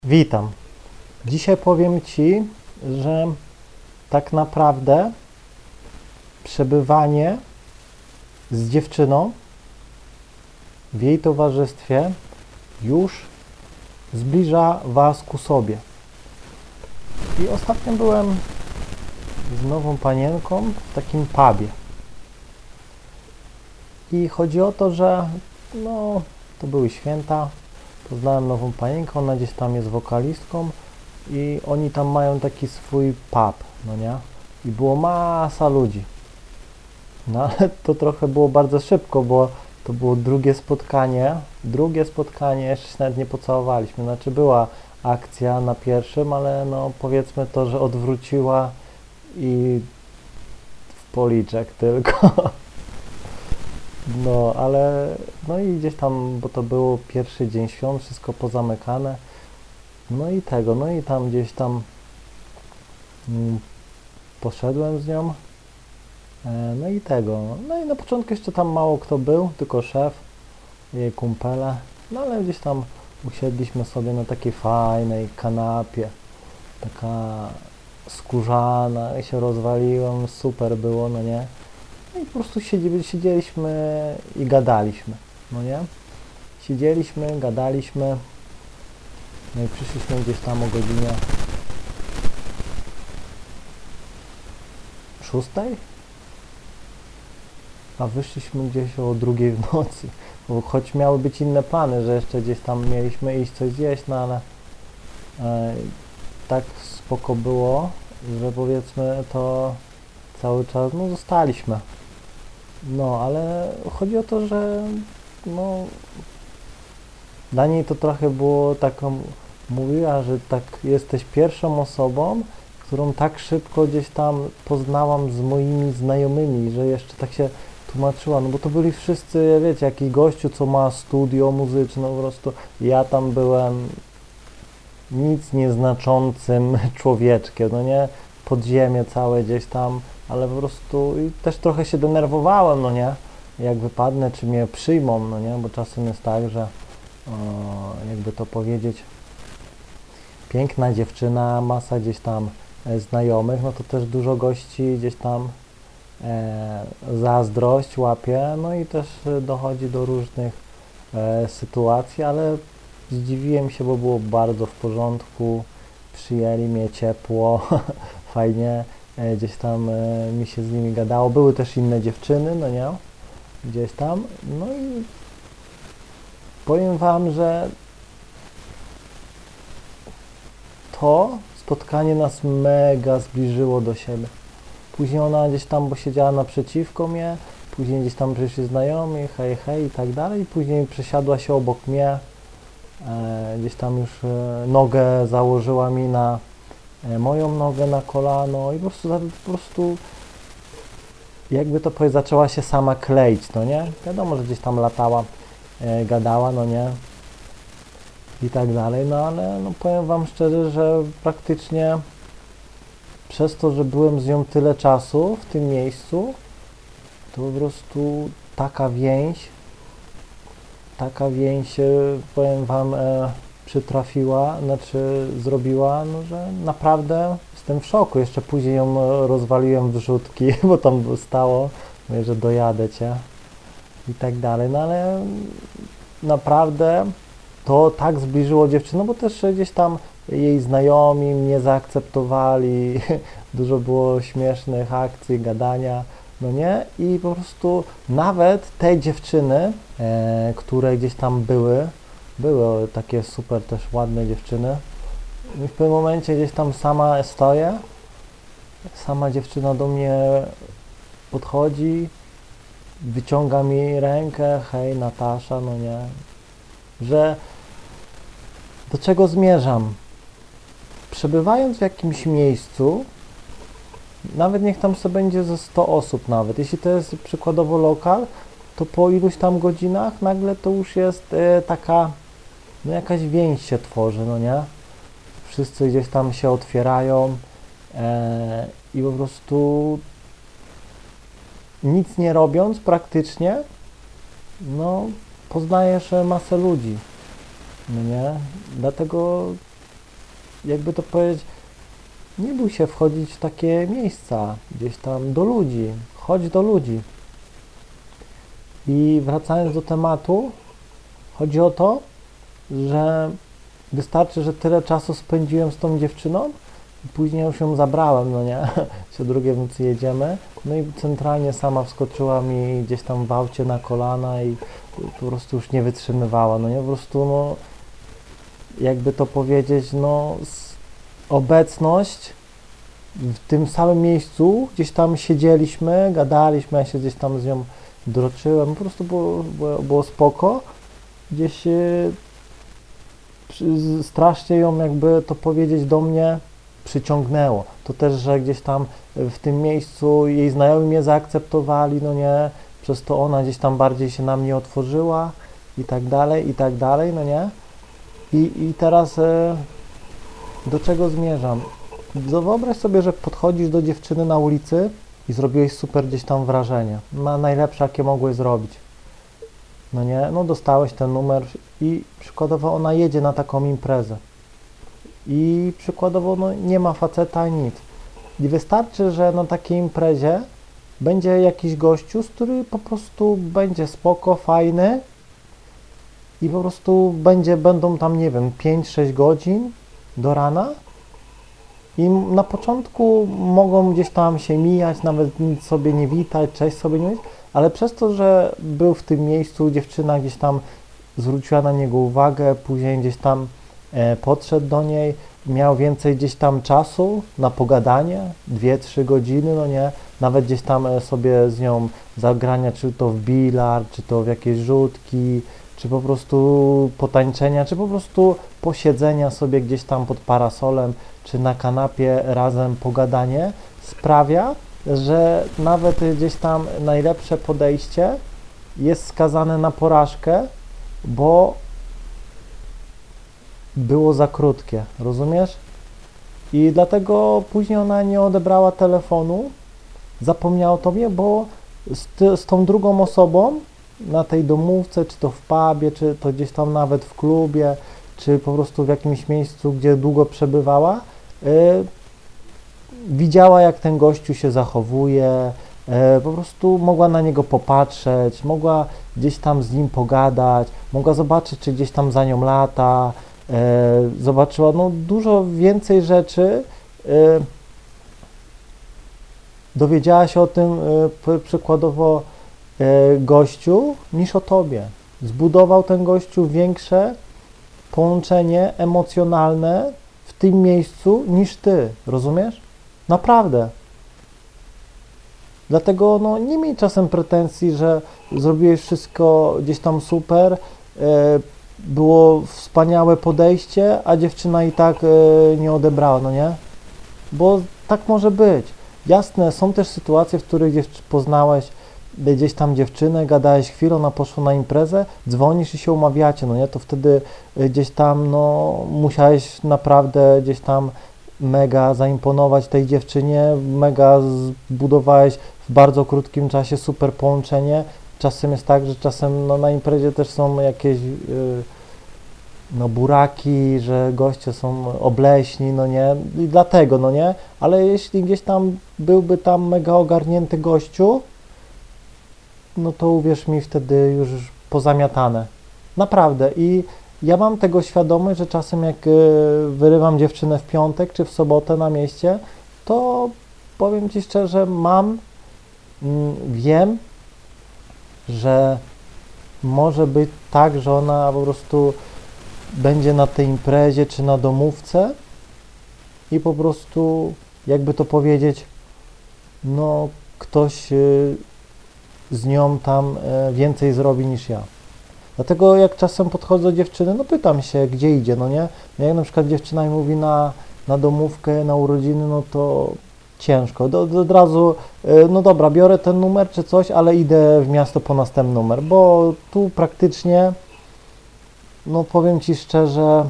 Witam. Dzisiaj powiem Ci, że tak naprawdę przebywanie z dziewczyną w jej towarzystwie już zbliża Was ku sobie. I ostatnio byłem z nową panienką w takim pubie. I chodzi o to, że to były święta. Poznałem nową panienkę, ona gdzieś tam jest wokalistką i oni tam mają taki swój pub, no nie? I było masa ludzi. No ale to trochę było bardzo szybko, bo to było drugie spotkanie, jeszcze się nawet nie pocałowaliśmy. Znaczy była akcja na pierwszym, ale no powiedzmy to, że odwróciła i w policzek tylko. No, ale no i gdzieś tam, bo to było pierwszy dzień świąt, wszystko pozamykane. No i tam gdzieś tam poszedłem z nią. No i na początku jeszcze tam mało kto był, tylko szef, jej kumpele. No ale gdzieś tam usiedliśmy sobie na takiej fajnej kanapie. Taka skórzana, i się rozwaliłem, super było, no nie? No i po prostu siedzieliśmy i gadaliśmy, no nie? Siedzieliśmy, gadaliśmy, no i przyszliśmy gdzieś tam o godzinie 6, a wyszliśmy gdzieś o 2 w nocy, bo choć miały być inne plany, że jeszcze gdzieś tam mieliśmy iść coś zjeść, no ale tak spoko było, że powiedzmy to cały czas, no zostaliśmy. No, ale chodzi o to, że dla niej to trochę było taką, mówiła, że tak jesteś pierwszą osobą, którą tak szybko gdzieś tam poznałam z moimi znajomymi, że jeszcze tak się tłumaczyła, no bo to byli wszyscy, wiecie, jakiś gościu, co ma studio muzyczne, po prostu ja tam byłem nic nieznaczącym człowieczkiem, no nie, podziemie całe gdzieś tam, ale po prostu i też trochę się denerwowałem, no nie, jak wypadnę, czy mnie przyjmą, no nie, bo czasem jest tak, że jakby to powiedzieć, piękna dziewczyna, masa gdzieś tam znajomych, no to też dużo gości gdzieś tam zazdrość łapie, no i też dochodzi do różnych sytuacji, ale zdziwiłem się, bo było bardzo w porządku, przyjęli mnie ciepło, fajnie, gdzieś tam mi się z nimi gadało, były też inne dziewczyny, no nie, gdzieś tam, no i powiem Wam, że to spotkanie nas mega zbliżyło do siebie. Później ona gdzieś tam, bo siedziała naprzeciwko mnie, później gdzieś tam przyszli znajomi, hej, hej i tak dalej, później przesiadła się obok mnie, gdzieś tam już nogę założyła mi na moją nogę na kolano i po prostu jakby to powiedzieć, zaczęła się sama kleić, no nie? Wiadomo, że gdzieś tam latała, gadała, no nie? I tak dalej, no ale no powiem Wam szczerze, że praktycznie przez to, że byłem z nią tyle czasu w tym miejscu, to po prostu taka więź, powiem Wam, przytrafiła, znaczy zrobiła, no że naprawdę jestem w szoku. Jeszcze później ją rozwaliłem wrzutki, bo tam stało, mówię, że dojadę Cię i tak dalej, no ale naprawdę to tak zbliżyło dziewczynę, bo też gdzieś tam jej znajomi mnie zaakceptowali, dużo było śmiesznych akcji, gadania, no nie? I po prostu nawet te dziewczyny, które gdzieś tam były takie super też ładne dziewczyny, i w pewnym momencie gdzieś tam sama stoję, sama dziewczyna do mnie podchodzi, wyciąga mi rękę, hej Natasza, no nie? Że do czego zmierzam? Przebywając w jakimś miejscu, nawet niech tam sobie będzie ze 100 osób nawet, jeśli to jest przykładowo lokal, to po iluś tam godzinach nagle to już jest taka, no jakaś więź się tworzy, no nie? Wszyscy gdzieś tam się otwierają i po prostu nic nie robiąc praktycznie, no poznajesz masę ludzi, no nie? Dlatego jakby to powiedzieć, nie bój się wchodzić w takie miejsca, gdzieś tam do ludzi, chodź do ludzi. I wracając do tematu, chodzi o to, że wystarczy, że tyle czasu spędziłem z tą dziewczyną i później już ją zabrałem, no nie, się drugie w nocy jedziemy, no i centralnie sama wskoczyła mi gdzieś tam w aucie na kolana i po prostu już nie wytrzymywała, no nie, po prostu, no, jakby to powiedzieć, no, obecność w tym samym miejscu, gdzieś tam siedzieliśmy, gadaliśmy, ja się gdzieś tam z nią droczyłem, po prostu było spoko, gdzieś strasznie ją, jakby to powiedzieć, do mnie przyciągnęło. To też, że gdzieś tam w tym miejscu jej znajomi mnie zaakceptowali, no nie, przez to ona gdzieś tam bardziej się na mnie otworzyła i tak dalej, no nie. I teraz do czego zmierzam? Wyobraź sobie, że podchodzisz do dziewczyny na ulicy i zrobiłeś super gdzieś tam wrażenie. Najlepsze, jakie mogłeś zrobić. No nie, no dostałeś ten numer i przykładowo ona jedzie na taką imprezę. I przykładowo no, nie ma faceta, nic. I wystarczy, że na takiej imprezie będzie jakiś gościu, który po prostu będzie spoko, fajny i po prostu będą tam, nie wiem, 5-6 godzin do rana i na początku mogą gdzieś tam się mijać, nawet nic sobie nie witać, cześć sobie nie mówić, ale przez to, że był w tym miejscu, dziewczyna gdzieś tam zwróciła na niego uwagę, później gdzieś tam podszedł do niej, miał więcej gdzieś tam czasu na pogadanie, 2-3 godziny, no nie, nawet gdzieś tam sobie z nią zagrania, czy to w bilard, czy to w jakieś rzutki, czy po prostu potańczenia, czy po prostu posiedzenia sobie gdzieś tam pod parasolem, czy na kanapie razem pogadanie, sprawia, że nawet gdzieś tam najlepsze podejście jest skazane na porażkę, bo było za krótkie, rozumiesz? I dlatego później ona nie odebrała telefonu, zapomniała o tobie, bo z tą drugą osobą na tej domówce, czy to w pubie, czy to gdzieś tam nawet w klubie, czy po prostu w jakimś miejscu, gdzie długo przebywała, widziała, jak ten gościu się zachowuje, po prostu mogła na niego popatrzeć, mogła gdzieś tam z nim pogadać, mogła zobaczyć, czy gdzieś tam za nią lata, zobaczyła no, dużo więcej rzeczy, dowiedziała się o tym przykładowo gościu niż o tobie. Zbudował ten gościu większe połączenie emocjonalne w tym miejscu niż ty, rozumiesz? Naprawdę. Dlatego no, nie miej czasem pretensji, że zrobiłeś wszystko gdzieś tam super, było wspaniałe podejście, a dziewczyna i tak nie odebrała, no nie? Bo tak może być. Jasne, są też sytuacje, w których poznałeś gdzieś tam dziewczynę, gadałeś chwilę, ona poszła na imprezę, dzwonisz i się umawiacie, no nie? To wtedy gdzieś tam, no, musiałeś naprawdę gdzieś tam mega zaimponować tej dziewczynie, mega zbudowałeś w bardzo krótkim czasie super połączenie. Czasem jest tak, że czasem no, na imprezie też są jakieś no, buraki, że goście są obleśni, no nie, i dlatego, no nie, ale jeśli gdzieś tam byłby tam mega ogarnięty gościu, no to uwierz mi, wtedy już pozamiatane. Naprawdę. I ja mam tego świadomość, że czasem jak wyrywam dziewczynę w piątek czy w sobotę na mieście, to powiem Ci szczerze, wiem, że może być tak, że ona po prostu będzie na tej imprezie czy na domówce i po prostu, jakby to powiedzieć, no ktoś z nią tam więcej zrobi niż ja. Dlatego jak czasem podchodzę do dziewczyny, no pytam się, gdzie idzie, no nie? Jak na przykład dziewczyna mi mówi na domówkę, na urodziny, no to ciężko. Od razu, no dobra, biorę ten numer czy coś, ale idę w miasto po następny numer, bo tu praktycznie, no powiem Ci szczerze,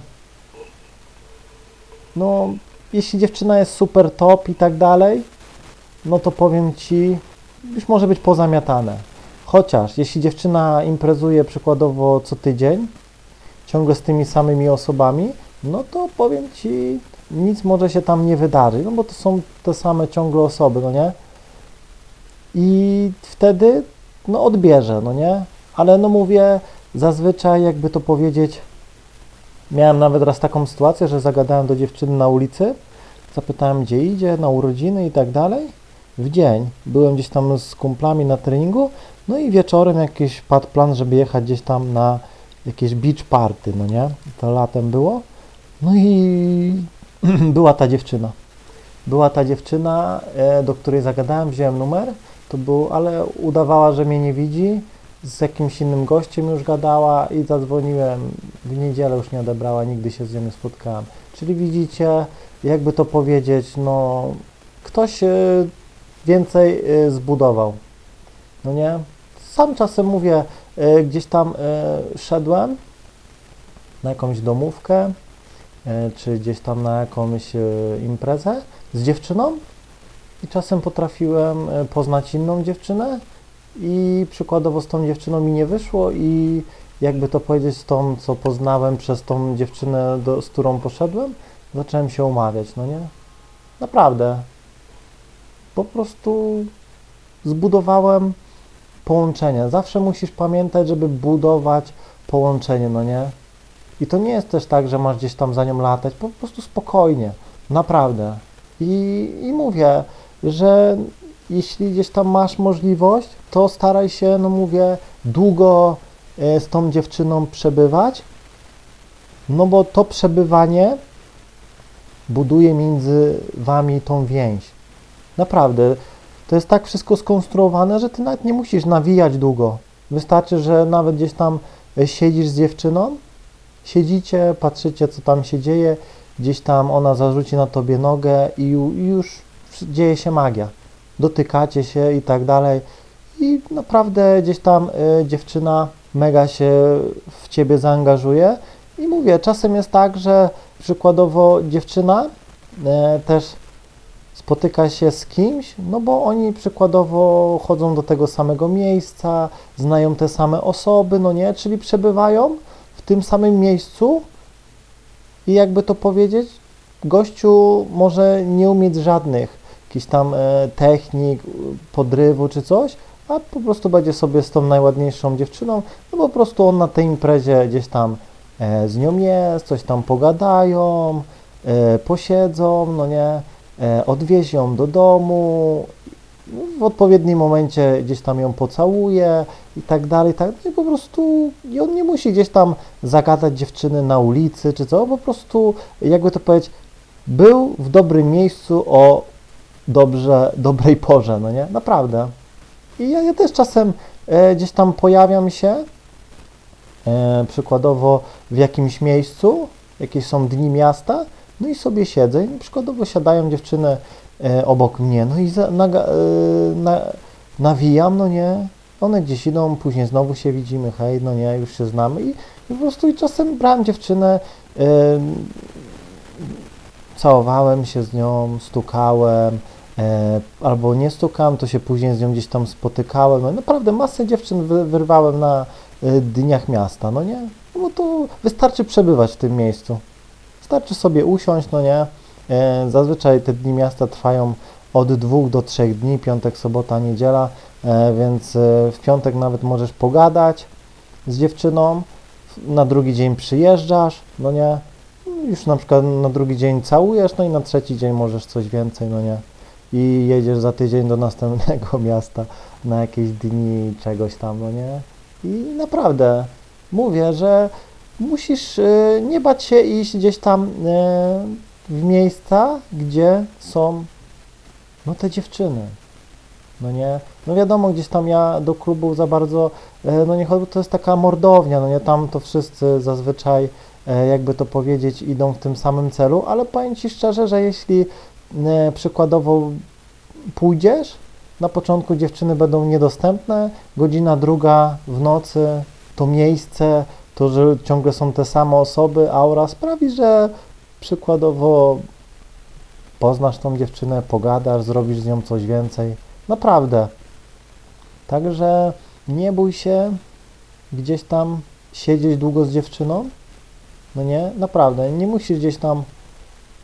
no jeśli dziewczyna jest super top i tak dalej, no to powiem Ci, już może być pozamiatane. Chociaż jeśli dziewczyna imprezuje przykładowo co tydzień, ciągle z tymi samymi osobami, no to powiem Ci, nic może się tam nie wydarzyć, no bo to są te same ciągle osoby, no nie? I wtedy, no odbierze, no nie? Ale no mówię, zazwyczaj jakby to powiedzieć, miałem nawet raz taką sytuację, że zagadałem do dziewczyny na ulicy, zapytałem gdzie idzie, na urodziny i tak dalej. W dzień byłem gdzieś tam z kumplami na treningu, no i wieczorem jakiś padł plan, żeby jechać gdzieś tam na jakieś beach party, no nie? To latem było. No i była ta dziewczyna. Była ta dziewczyna, do której zagadałem, wziąłem numer, to był, ale udawała, że mnie nie widzi, z jakimś innym gościem już gadała i zadzwoniłem, w niedzielę już nie odebrała, nigdy się z nią nie spotkałem. Czyli widzicie, jakby to powiedzieć, no ktoś więcej zbudował, no nie? Sam czasem mówię, gdzieś tam szedłem na jakąś domówkę, czy gdzieś tam na jakąś imprezę z dziewczyną i czasem potrafiłem poznać inną dziewczynę i przykładowo z tą dziewczyną mi nie wyszło i jakby to powiedzieć, z tą, co poznałem przez tą dziewczynę, z którą poszedłem, zacząłem się umawiać, no nie? Naprawdę. Po prostu zbudowałem połączenie. Zawsze musisz pamiętać, żeby budować połączenie, no nie? I to nie jest też tak, że masz gdzieś tam za nią latać, po prostu spokojnie, naprawdę. I mówię, że jeśli gdzieś tam masz możliwość, to staraj się, no mówię, długo z tą dziewczyną przebywać, no bo to przebywanie buduje między wami tą więź. Naprawdę, to jest tak wszystko skonstruowane, że ty nawet nie musisz nawijać długo. Wystarczy, że nawet gdzieś tam siedzisz z dziewczyną, siedzicie, patrzycie, co tam się dzieje, gdzieś tam ona zarzuci na tobie nogę i już dzieje się magia. Dotykacie się i tak dalej. I naprawdę gdzieś tam dziewczyna mega się w ciebie zaangażuje. I mówię, czasem jest tak, że przykładowo dziewczyna też spotyka się z kimś, no bo oni przykładowo chodzą do tego samego miejsca, znają te same osoby, no nie, czyli przebywają w tym samym miejscu i jakby to powiedzieć, gościu może nie umieć żadnych jakichś tam technik, podrywu czy coś, a po prostu będzie sobie z tą najładniejszą dziewczyną, no po prostu on na tej imprezie gdzieś tam z nią jest, coś tam pogadają, posiedzą, no nie, odwiezie ją do domu, w odpowiednim momencie gdzieś tam ją pocałuje i tak dalej, tak. I po prostu i on nie musi gdzieś tam zagadać dziewczyny na ulicy czy co, po prostu jakby to powiedzieć, był w dobrym miejscu o dobrej porze, no nie? Naprawdę. I ja też czasem gdzieś tam pojawiam się, przykładowo w jakimś miejscu, jakieś są dni miasta, no i sobie siedzę i przykładowo siadają dziewczyny obok mnie, no i nawijam, no nie, one gdzieś idą, później znowu się widzimy, hej, no nie, już się znamy i po prostu i czasem brałem dziewczynę, całowałem się z nią, stukałem, albo nie stukałem, to się później z nią gdzieś tam spotykałem, no naprawdę masę dziewczyn wyrwałem na dniach miasta, no nie, no bo to wystarczy przebywać w tym miejscu. Wystarczy sobie usiąść, no nie. Zazwyczaj te dni miasta trwają od 2 do 3 dni, piątek, sobota, niedziela, więc w piątek nawet możesz pogadać z dziewczyną, na drugi dzień przyjeżdżasz, no nie. Już na przykład na drugi dzień całujesz, no i na trzeci dzień możesz coś więcej, no nie. I jedziesz za tydzień do następnego miasta na jakieś dni czegoś tam, no nie. I naprawdę mówię, że musisz nie bać się iść gdzieś tam w miejsca, gdzie są no te dziewczyny, no nie, no wiadomo, gdzieś tam ja do klubów za bardzo, no nie chodzi, to jest taka mordownia, no nie, tam to wszyscy zazwyczaj, jakby to powiedzieć, idą w tym samym celu, ale powiem Ci szczerze, że jeśli przykładowo pójdziesz, na początku dziewczyny będą niedostępne, godzina druga w nocy, to miejsce, to, że ciągle są te same osoby, aura sprawi, że przykładowo poznasz tą dziewczynę, pogadasz, zrobisz z nią coś więcej. Naprawdę. Także nie bój się gdzieś tam siedzieć długo z dziewczyną. No nie, naprawdę. Nie musisz gdzieś tam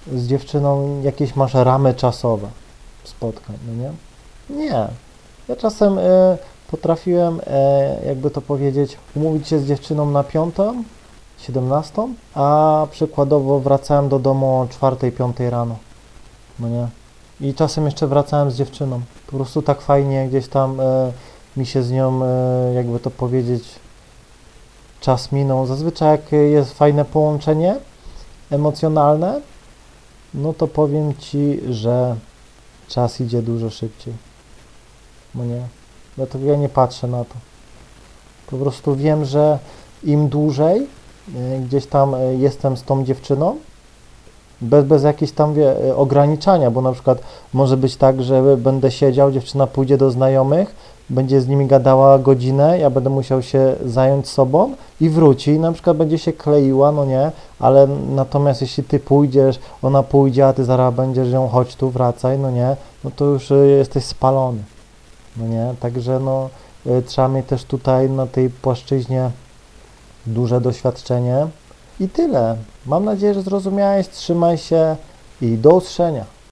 z dziewczyną jakieś masz ramy czasowe spotkań, no nie? Nie. Ja czasem potrafiłem, jakby to powiedzieć, umówić się z dziewczyną na 5, 17, a przykładowo wracałem do domu o 4, 5 rano, no nie? I czasem jeszcze wracałem z dziewczyną. Po prostu tak fajnie gdzieś tam mi się z nią, jakby to powiedzieć, czas minął. Zazwyczaj jak jest fajne połączenie emocjonalne, no to powiem Ci, że czas idzie dużo szybciej. No nie? Dlatego ja nie patrzę na to. Po prostu wiem, że im dłużej gdzieś tam jestem z tą dziewczyną, bez jakichś tam ograniczania, bo na przykład może być tak, że będę siedział, dziewczyna pójdzie do znajomych, będzie z nimi gadała godzinę, ja będę musiał się zająć sobą i wróci, i na przykład będzie się kleiła, no nie, ale natomiast jeśli ty pójdziesz, ona pójdzie, a ty zaraz będziesz ją, chodź tu, wracaj, no nie, no to już jesteś spalony, no nie, także no trzeba mieć też tutaj na tej płaszczyźnie duże doświadczenie i tyle. Mam nadzieję, że zrozumiałeś, trzymaj się i do usłyszenia.